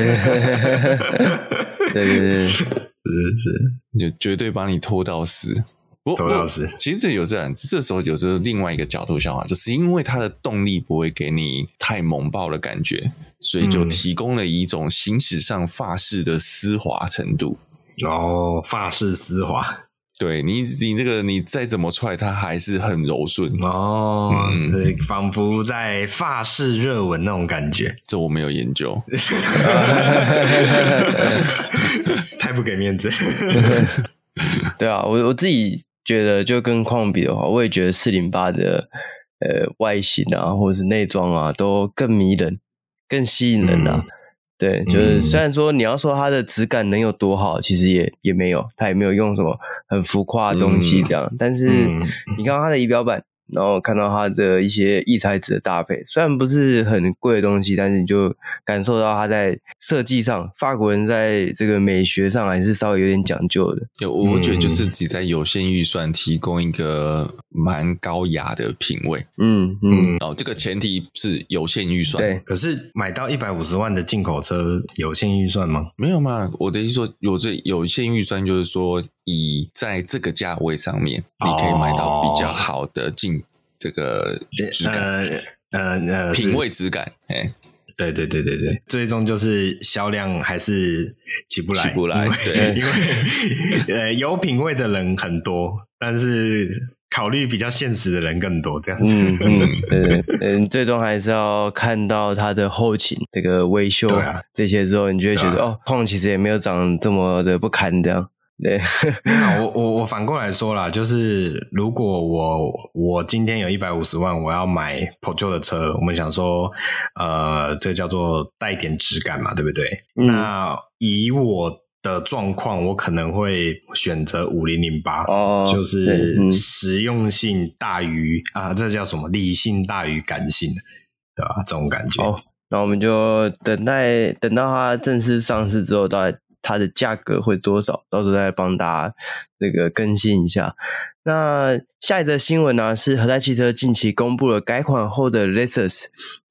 对，是，就绝对把你拖到死。 拖到死。 其实这时候有时候另外一个角度想法，就是因为它的动力不会给你太猛爆的感觉，所以就提供了一种行驶上法式的丝滑程度。 法式丝滑。 对，你这个你再怎么踹它还是很柔顺仿佛在法式热吻那种感觉。 这我没有研究太不给面子对啊，我自己觉得就跟Crown比的话，我也觉得408的外形啊或者是内装啊都更迷人更吸引人啊。对，就是虽然说你要说它的质感能有多好，其实也没有，它也没有用什么很浮夸的东西这样，但是你看它的仪表板，然后看到它的一些异材质的搭配，虽然不是很贵的东西，但是你就感受到它在设计上，法国人在这个美学上还是稍微有点讲究的。 我觉得就是你在有限预算提供一个蛮高雅的品味。这个前提是有限预算。 对，可是买到150万的进口车有限预算吗？ 没有嘛，我的意思说有限预算就是说以在这个价位上面你可以买到比较好的这个质感品味质感。 对，最终就是销量还是起不来，对，因为有品味的人很多，但是考虑比较现实的人更多，这样子。 对，最终还是要看到它的后勤，这个维修这些之后，你就会觉得Crown其实也没有长这么的不堪这样。对， 我反过来说啦，就是如果我今天有150万，我要买 Peugeot 的车，我们想说，这叫做带点质感嘛，对不对？那以我的状况，我可能会选择5008，就是实用性大于这叫什么？理性大于感性，对吧？这种感觉。 那我们就等到它正式上市之后，到底它的价格会多少，到时候再帮大家这个更新一下。那下一则新闻呢，是和泰汽车近期公布了改款后的 Lexus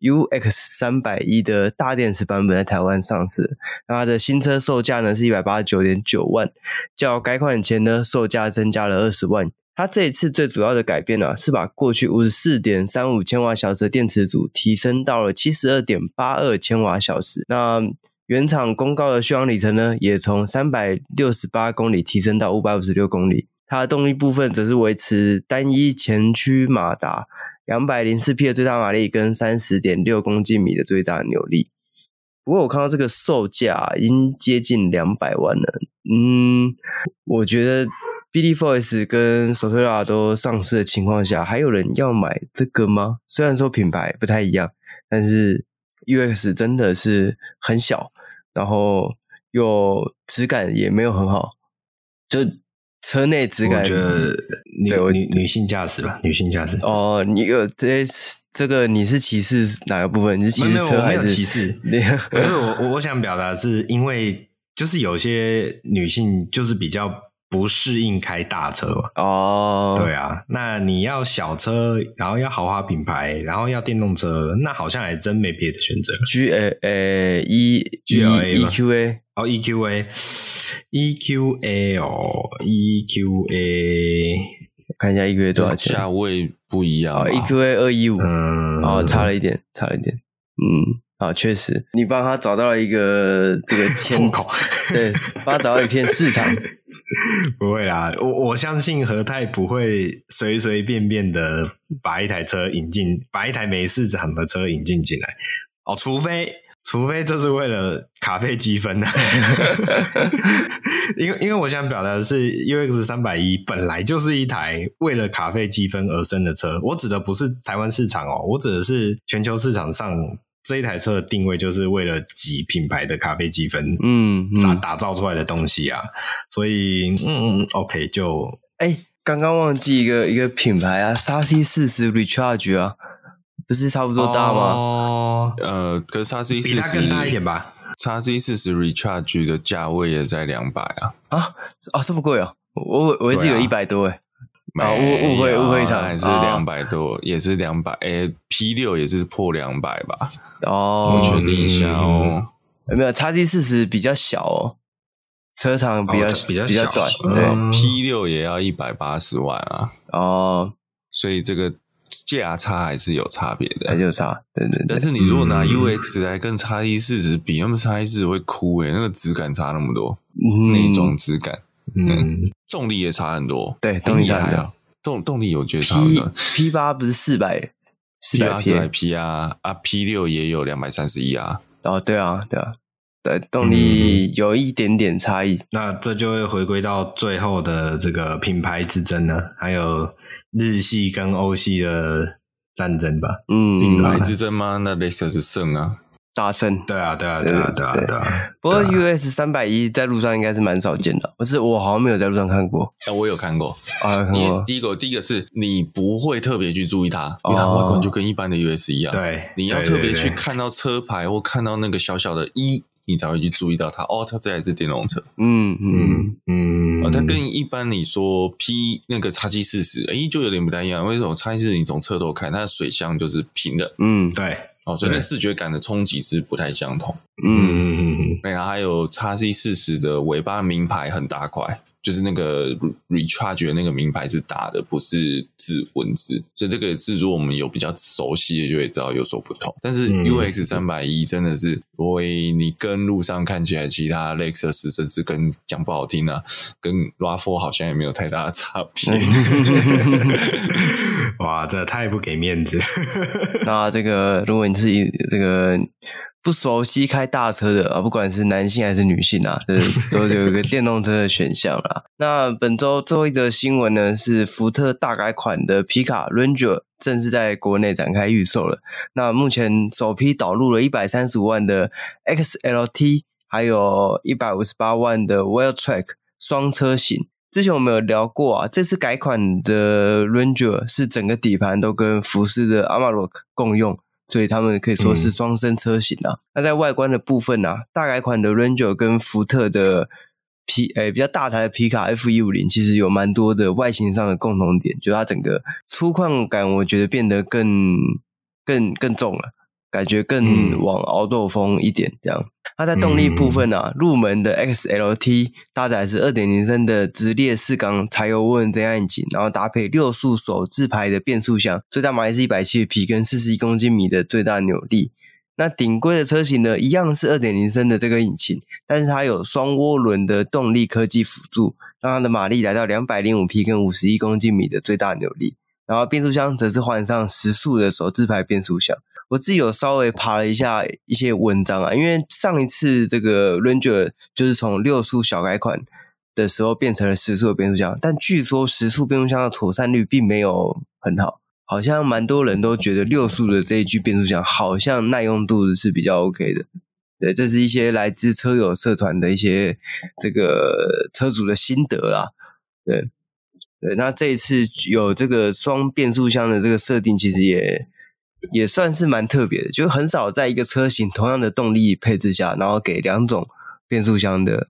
UX310的大电池版本在台湾上市。那它的新车售价呢是 189.9 万，较改款前呢售价增加了20万。它这一次最主要的改变是把过去 54.35 千瓦小时的电池组提升到了 72.82 千瓦小时。那原厂公告的续航里程呢，也从368公里提升到556公里。它的动力部分则是维持单一前驱马达 204 匹的最大马力跟 30.6 公斤米的最大扭力。不过我看到这个售价已经接近200万了。我觉得 BD4S 跟 Sotola 都上市的情况下，还有人要买这个吗？虽然说品牌不太一样，但是 UX 真的是很小，然后又质感也没有很好，就车内质感， 我觉得女性驾驶吧，女性驾驶。 你这个你是歧视哪个部分？你是歧视车还是？ 没有歧视。可是我想表达的是，因为就是有些女性就是比较不适应开大车嘛。 哦， 对啊，那你要小车，然后要豪华品牌，然后要电动车，那好像还真没别的选择。 EQA 哦 EQA 哦 EQA 看一下 EQA 多少钱？ 价位不一样。 EQA 215，差了一点。确实，你帮他找到了一个这个破口， 对，帮他找到一片市场。 不会啦，我相信和泰不会随随便便的把一台没市场的车引进来哦，除非这是为了卡费积分的因为我想表达的是 UX 310本来就是一台为了卡费积分而生的车，我指的不是台湾市场哦，我指的是全球市场上这一台车的定位就是为了挤品牌的咖啡积分打造出来的东西啊，所以OK 就刚刚忘记一个品牌啊，XC40 Recharge 啊，不是差不多大吗？ 跟 XC40 比它更大一点吧。 XC40 Recharge 的价位也在200啊。 这么贵哦，我一直有100多误会一场， 还是200多，也是200。P6 也是破200吧？ 我确定一下哦。 没有 XC40 比较小哦，车长比较短。对 ，P6 也要180万啊。所以这个价差还是有差别的， 还是有差。对。 但是你如果拿 UX 来跟 XC40 比，那么 XC40 会哭那个质感差那么多，内装质感。动力也差很多， 对，动力差很多。 动力我觉得差很多。 P8 不是400 P 啊，P6 也有231啊。 对啊，对，动力有一点点差异。 那这就会回归到最后的这个品牌之争了，还有日系跟欧系的战争吧。 品牌之争吗？那 Lexus 胜啊。 大胜， 对啊。 不过 US 310在路上应该是蛮少见的，不是我好像没有在路上看过。 我有看过第一个是你不会特别去注意它，因为它外观就跟一般的 US 一样。 对， 你要特别去看到车牌或看到那个小小的E，你才会去注意到它。它这还是电动车。它跟一般你说 P 那个 XC40 就有点不太一样。为什么 XC40 你从侧头看，它的水箱就是平的。 对。 所以那视觉感的冲击是不太相同。然后还有 XC40 的尾巴名牌很大块，就是那个 Recharge 的那个名牌是大的，不是文字，所以这个是如果我们有比较熟悉的就会知道有所不同。但是 UX 310真的是你跟路上看起来其他 Lexus 甚至跟讲不好听啊，跟 RAV4 好像也没有太大的差别。 哇，这太不给面子。 那这个如果你是这个不熟悉开大车的不管是男性还是女性都有一个电动车的选项啦。那本周最后一则新闻呢，是福特大改款的皮卡 Ranger 正式在国内展开预售了。那目前首批导入了135万的 XLT， 还有158万的 Welltrack 双车型。之前我们有聊过这次改款的 Ranger 是整个底盘都跟福斯的 Amarok 共用，所以他们可以说是双生车型那在外观的部分大改款的 Ranger 跟福特的比较大台的皮卡 F150 其实有蛮多的外形上的共同点，就它整个粗犷感我觉得变得更重了，感觉更往凹豆风一点这样。它在动力部分入门的 XLT 搭载是 2.0 升的直列4缸柴油涡轮增压引擎，然后搭配6速手自排的变速箱，最大马力是170匹跟41公斤米的最大扭力。那顶规的车型呢，一样是 2.0 升的这个引擎，但是它有双涡轮的动力科技辅助，让它的马力来到205匹跟51公斤米的最大扭力。然后变速箱则是换上10速的手自排变速箱。我自己有稍微爬了一下一些文章因为上一次这个 Ranger 就是从6速小改款的时候变成了10速的变速箱，但据说10速变速箱的妥善率并没有很好，好像蛮多人都觉得6速的这一具变速箱好像耐用度是比较 OK 的。对，这是一些来自车友社团的一些这个车主的心得啦。对，那这一次有这个双变速箱的这个设定，其实也算是蛮特别的，就很少在一个车型同样的动力配置下，然后给2种变速箱的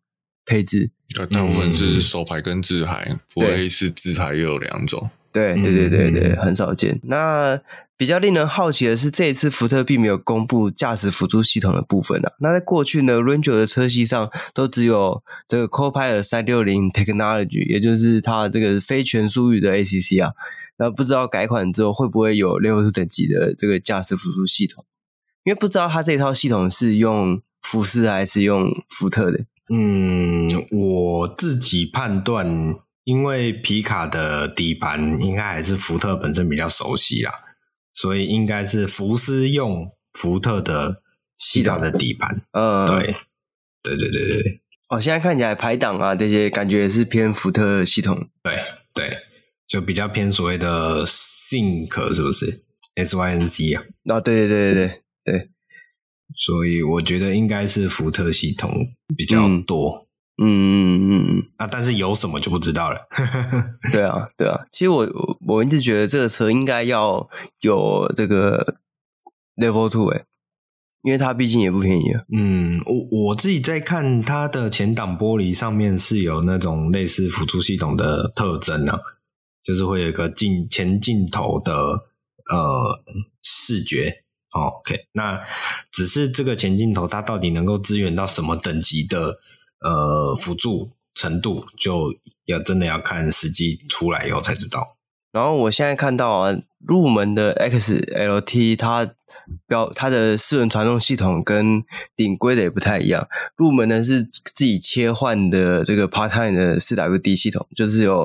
配置。 大部分是手排跟自排，不会是自排又有2种。 对，很少见。那比较令人好奇的是，这一次福特并没有公布驾驶辅助系统的部分啊。那在过去呢 Ranger 的车系上都只有这个 Copilot 360 Technology， 也就是它这个非全速域的 ACC 啊。那不知道改款之后会不会有 Level 2等级的这个驾驶辅助系统？因为不知道它这套系统是用福斯还是用福特的。 我自己判断，因为皮卡的底盘应该还是福特本身比较熟悉啦，所以应该是福斯用福特的系统的底盘。对。现在看起来排档啊这些感觉也是偏福特系统。对，就比较偏所谓的 Sync 是不是 SYNC 啊？对，所以我觉得应该是福特系统比较多。但是有什么就不知道了。 对啊，其实我一直觉得这个车应该要有这个 Level 2因为它毕竟也不便宜啊。 我自己在看它的前挡玻璃上面是有那种类似辅助系统的特征啊，就是会有一个前镜头的视觉。OK， 那只是这个前镜头它到底能够支援到什么等级的辅助程度，就真的要看实际出来以后才知道。 然后我现在看到啊，入门的 XLT 它的4轮传动系统跟顶规的也不太一样。入门的是自己切换的这个 Part-Time 的 4WD 系统，就是有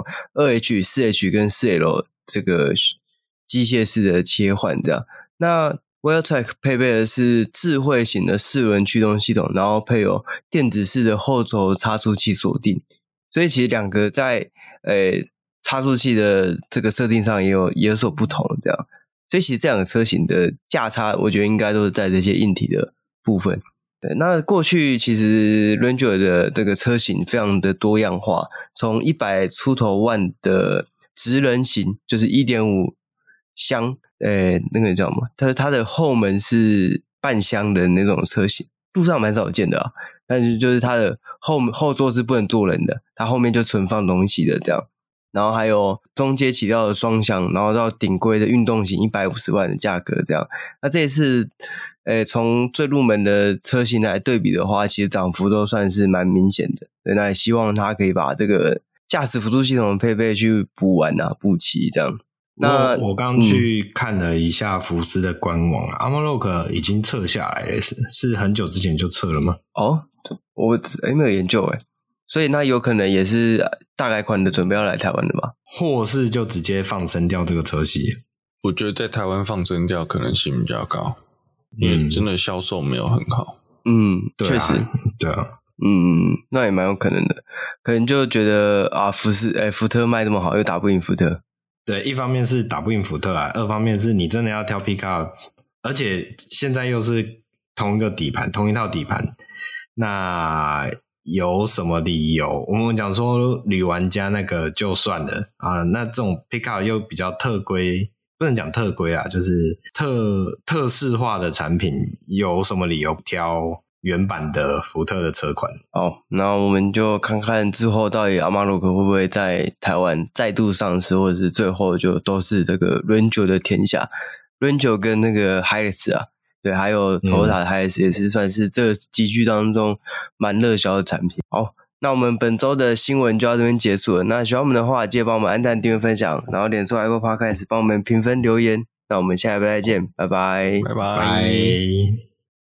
2H、4H 跟 4L 这个机械式的切换这样。那Welltrack 配备的是智慧型的4轮驱动系统，然后配有电子式的后轴差速器锁定，所以其实两个在差速器的这个设定上也有所不同这样。所以其实这两个车型的价差我觉得应该都是在这些硬体的部分。对，那过去其实 Ranger 的这个车型非常的多样化，从100出头万的直人型，就是 1.5 箱那个叫什么？它的后门是半箱的那种车型，路上蛮少见的啊。但是就是它的后座是不能坐人的，它后面就存放东西的这样。然后还有中阶起跳的双箱，然后到顶规的运动型150万的价格这样。那这一次从最入门的车型来对比的话，其实涨幅都算是蛮明显的。对，那也希望它可以把这个驾驶辅助系统的配备去补完啊，补齐这样。那我刚去看了一下福斯的官网啊，Amarok 已经撤下来了，是很久之前就撤了吗？ 我没有研究所以那有可能也是大改款的准备要来台湾的吧？ 或是就直接放生掉这个车系？ 我觉得在台湾放生掉可能性比较高，因为真的销售没有很好。 确实， 对啊， 那也蛮有可能的，可能就觉得啊，福特卖那么好，又打不赢福特。 对，一方面是打不赢福特啊，二方面是你真的要挑 Pickup， 而且现在又是同一个底盘，同一套底盘，那有什么理由？我们讲说女玩家那个就算了啊，那这种 Pickup 又比较特规，不能讲特规啦，就是特式化的产品，有什么理由挑原版的福特的车款？ 那我们就看看之后到底 Amarok 会不会在台湾再度上市，或者是最后就都是这个 Ranger 的天下。Ranger 跟那个 Hilux 啊，对，还有 Toyota 的 Hilux 也是算是这集聚当中蛮热销的产品。好，那我们本周的新闻就到这边结束了。那喜欢我们的话，记得帮我们按赞、订阅、分享，然后脸书 Apple Podcast 帮我们评分留言。那我们下一拜再见，拜拜， 拜拜。